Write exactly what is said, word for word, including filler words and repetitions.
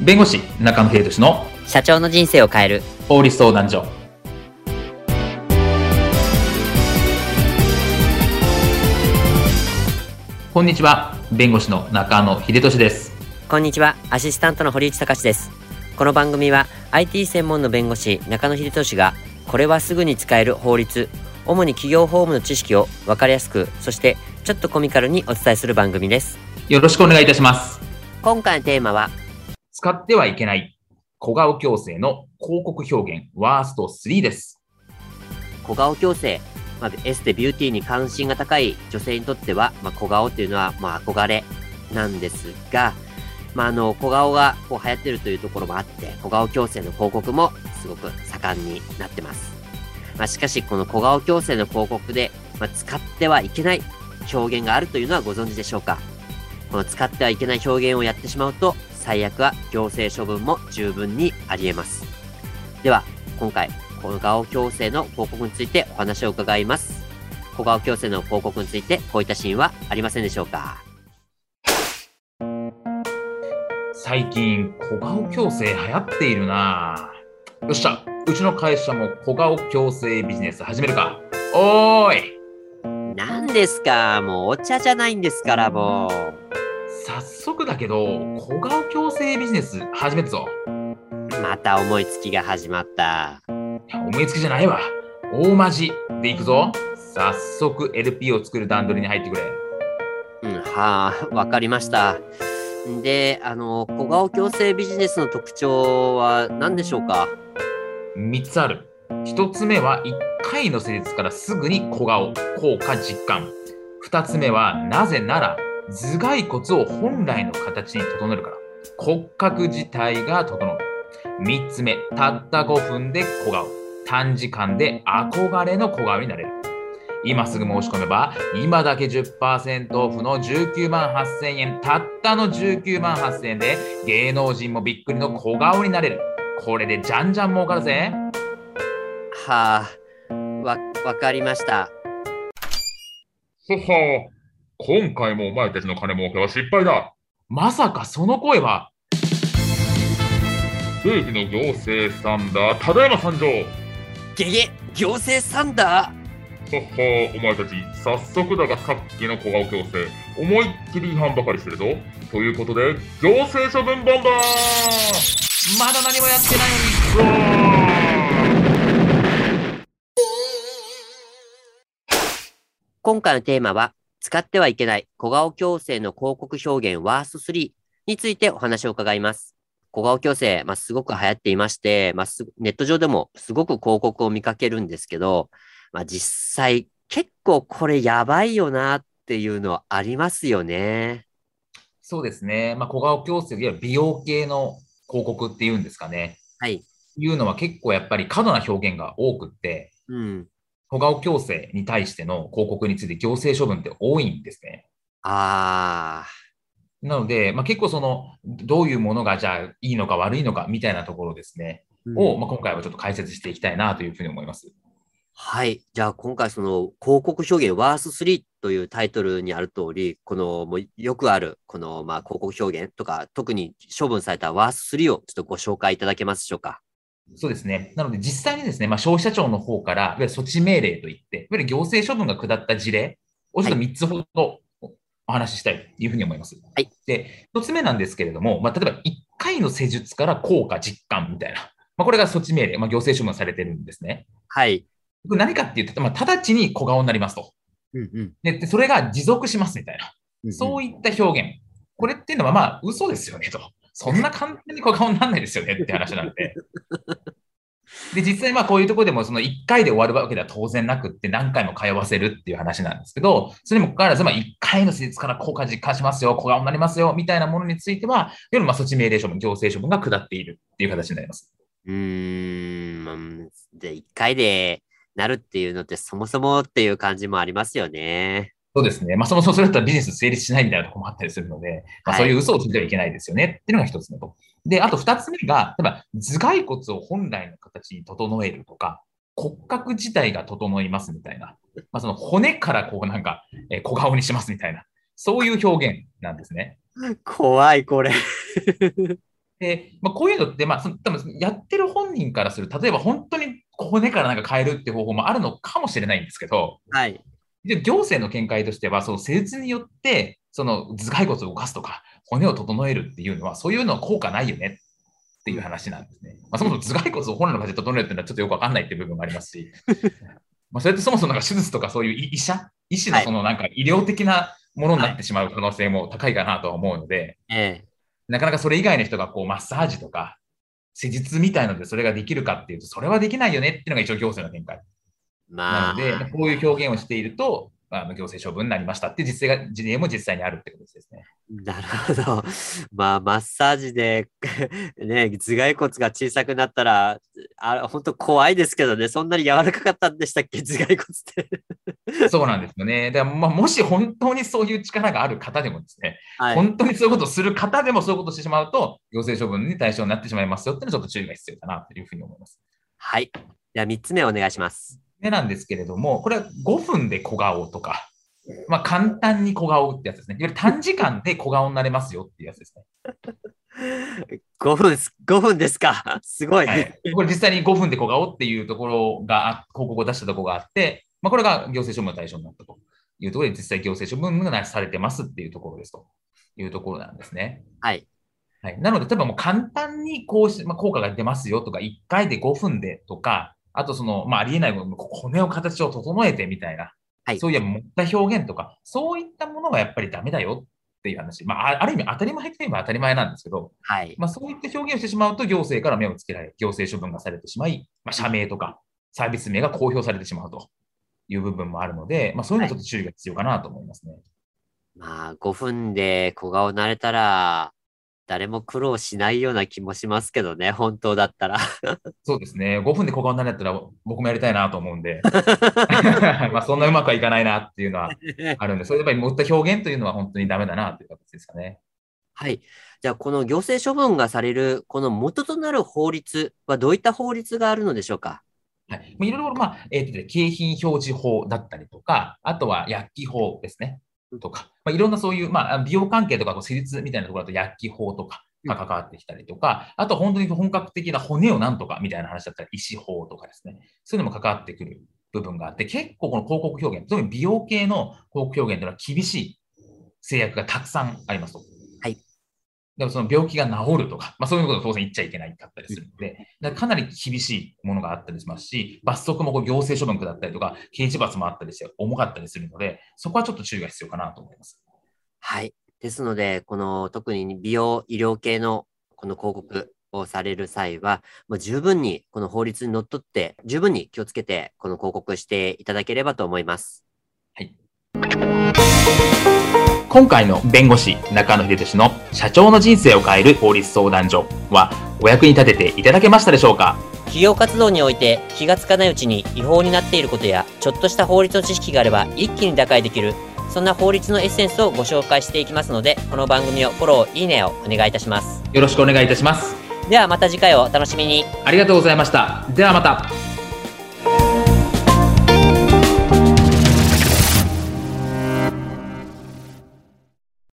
弁護士中野秀俊の社長の人生を変える法律相談所。こんにちは、弁護士の中野秀俊です。 こんにちは、アシスタントの堀内隆です。この番組は アイティー 専門の弁護士中野秀俊がこれはすぐに使える法律、主に企業法務の知識を分かりやすく、そしてちょっとコミカルにお伝えする番組です。 よろしくお願いいたします。 今回のテーマは、 使ってはいけない小顔矯正の広告表現ワーストスリーです。 小顔矯正、まあ、エステビューティーに関心が高い女性にとっては、まあ、小顔っていうのはまあ憧れなんですが、まあ、あの小顔がこう流行ってるというところもあって、小顔矯正の広告もすごく盛んになってます。まあ、しかしこの小顔矯正の広告で、まあ、使ってはいけない表現があるというのはご存知でしょうか。この使ってはいけない表現をやってしまうと、最悪は行政処分も十分にあり得ます。では今回小顔矯正の広告についてお話を伺います。小顔矯正の広告についてこういったシーンはありませんでしょうか。 最近小顔矯正流行っているな。よっしゃ、うちの会社も小顔矯正ビジネス始めるか。おーい、 何ですか、もうお茶じゃないんですから。もう早速だけど小顔矯正ビジネス始めるぞ。 また思いつきが始まった。 思いつきじゃないわ、大マジでいくぞ。早速 エルピー を作る段取りに入ってくれ。 うん、はあ、わかりました。で、あの小顔矯正ビジネスの特徴は何でしょうか。 みっつある。ひとつめはいっかいの施術からすぐに小顔効果実感。ふたつめはなぜなら頭蓋骨を本来の形に整えるから、骨格自体が整う。みっつめ、たったごふんで小顔、短時間で憧れの小顔になれる。今すぐ申し込めば今だけ じゅっパーセント オフのじゅうきゅうまんはっせんえん、たったのじゅうきゅうまんはっせんえんで芸能人もびっくりの小顔になれる。これでじゃんじゃん儲かるぜ。 はあ、わ、わかりました。 ほほう、今回もお前たちの金儲けは失敗だ。まさかその声は正義の行政さんだ。ただいま参上。 ゲゲ、行政サンダほほう、お前たち早速だがさっきの小顔矯正思いっきり違反ばかりしてるぞ。ということで行政処分ボンバー。まだ何もやってないのに。 今回のテーマは、使ってはいけない小顔矯正の広告表現ワーストスリーについてお話を伺います。小顔矯正、まあ、すごく流行っていまして、まあ、ネット上でもすごく広告を見かけるんですけど、まあ、実際結構これやばいよなっていうのはありますよね。 そうですね。まあ、小顔矯正、いわゆる美容系の広告っていうんですかね。 はい。 いうのは結構やっぱり過度な表現が多くって、 うん。 小顔矯正に対しての広告について行政処分って多いんですね。 あなので、まあ、結構その、どういうものがじゃあいいのか悪いのかみたいなところですね、 ー、うん。 を、まあ、今回はちょっと解説していきたいなというふうに思います。 はい。じゃあ今回その広告表現ワーストスリーというタイトルにある通り、このもうよくあるこのまあ広告表現とか、特に処分されたワーストスリーをちょっとご紹介いただけますでしょうか。 そうですね。なので実際にですね、まあ、消費者庁の方から、いわゆる措置命令といって、いわゆる行政処分が下った事例をちょっとはい。 みっつほどお話ししたいというふうに思います。 はい。 で、ひとつめなんですけれども、まあ、例えばいっかいの施術から効果実感みたいな、まあ、これが措置命令、まあ、行政処分されてるんですね。 はい。 これ何かっていうと、まあ、直ちに小顔になりますと。 うんうん。 で、それが持続しますみたいな。 うんうん。 そういった表現。これっていうのはまあ嘘ですよねと。そんな簡単に小顔にならないですよねって話なので。で、実際まあこういうところでもそのいっかいで終わるわけでは当然なくって何回も通わせるっていう話なんですけど、それにもかかわらずまあいっかいの施術から効果実感しますよ、小顔になりますよみたいなものについては、いわゆるまあ措置命令処分、行政処分が下っているっていう形になります。 うーん。まあで、一回でなるっていうのってそもそもっていう感じもありますよね。 そうですね。まあ、そもそもそれだったらビジネス成立しないみたいなところもあったりするので、まあ、そういうはい。 嘘をついてはいけないですよねっていうのが一つ目と。で、あと二つ目が、例えば頭蓋骨を本来の形に整えるとか、骨格自体が整いますみたいな。まあ、その骨からこうなんか、えー小顔にしますみたいな。そういう表現なんですね。 怖い、これ。 で、まあ、こういうのって、まあ、その多分やってる本人からする、例えば本当に骨からなんか変えるって方法もあるのかもしれないんですけど、 はい。 で行政の見解としては、その施術によって、その頭蓋骨を動かすとか、骨を整えるっていうのは、そういうのは効果ないよねっていう話なんですね。まあ、そもそも頭蓋骨を本来の形で整えるっていうのはちょっとよくわかんないっていう部分がありますし、まあ、それってそもそもなんか手術とかそういう医者、医師のはい。 そのなんか医療的なものにはい。 なってしまう可能性も高いかなとは思うので、 ええ。 なかなかそれ以外の人がこうマッサージとか施術みたいのでそれができるかっていうと、それはできないよねっていうのが一応行政の見解なまあ、 ので、こういう表現をしていると、あの行政処分になりましたっていう実例が、事例も実際にあるってことですね。 なるほど。まあ、マッサージでね、頭蓋骨が小さくなったら、あ、本当怖いですけどね、そんなに柔らかかったんでしたっけ、頭蓋骨ってそうなんですよね。でまあ、もし本当にそういう力がある方でもですね、 はい。 本当にそういうことをする方でもそういうことをしてしまうと、行政処分に対象になってしまいますよっていうのはちょっと注意が必要かなというふうに思います。 はい。では、みっつめお願いします。 でなんですけれども、これはごふんで小顔とか、まあ、簡単に小顔ってやつですね。いわゆる短時間で小顔になれますよっていうやつですね。 ごふんす、ごふんですか。すごい。 はい。これ実際にごふんで小顔っていうところが、広告を出したところがあって、まあ、これが行政処分の対象になったというところで、実際行政処分がされてますっていうところですというところなんですね。 はい。 はい。なので、例えばもう簡単にこうし、まあ、効果が出ますよとか、いっかいでごふんでとか、あとその、まあ、ありえない骨を形を整えてみたいな、 はい。 そういう持った表現とか、そういったものがやっぱりダメだよっていう話。まあ、ある意味当たり前といえば当たり前なんですけど、 はい。 まあ、そういった表現をしてしまうと、行政から目をつけられ、行政処分がされてしまい、まあ、社名とかサービス名が公表されてしまうという部分もあるので、まあ、そういうのはちょっと注意が必要かなと思いますね。 まあ、ごふんで小顔慣れたら、誰も苦労しないような気もしますけどね、本当だったら。 そうですね。ごふんで小顔になるんだったら僕もやりたいなと思うんで、まあそんなうまくはいかないなっていうのはあるんで、それやっぱり持った表現というのは本当にダメだなという形ですかね。 はい。じゃあ、この行政処分がされる、この元となる法律はどういった法律があるのでしょうか？ はい。いろいろ、まあ、えっ、とね、景品表示法だったりとか、あとは薬機法ですね。とか、まあ、いろんなそういう、まあ、美容関係とか、こう施術みたいなところだと薬機法とかが関わってきたりとか、あと本当に本格的な骨をなんとかみたいな話だったら医師法とかですね。そういうのも関わってくる部分があって、結構この広告表現、特に美容系の広告表現というのは厳しい制約がたくさんありますと。 はい。 でもその病気が治るとか、まあ、そういうことは当然言っちゃいけないかったりうん。 するので、かなり厳しいものがあったりしますし、罰則もこう行政処分だったりとか、刑事罰もあったりして、重かったりするので、そこはちょっと注意が必要かなと思います。 はい。ですので、この特に美容医療系のこの広告をされる際は、もう十分にこの法律にのっとって、十分に気をつけて、この広告していただければと思います。 はい。今回の弁護士中野秀俊の社長の人生を変える法律相談所はお役に立てていただけましたでしょうか？ 企業活動において気がつかないうちに違法になっていることや、ちょっとした法律の知識があれば一気に打開できる、そんな法律のエッセンスをご紹介していきますので、この番組をフォロー、いいねをお願いいたします。 よろしくお願いいたします。 ではまた次回をお楽しみに。 ありがとうございました。ではまた。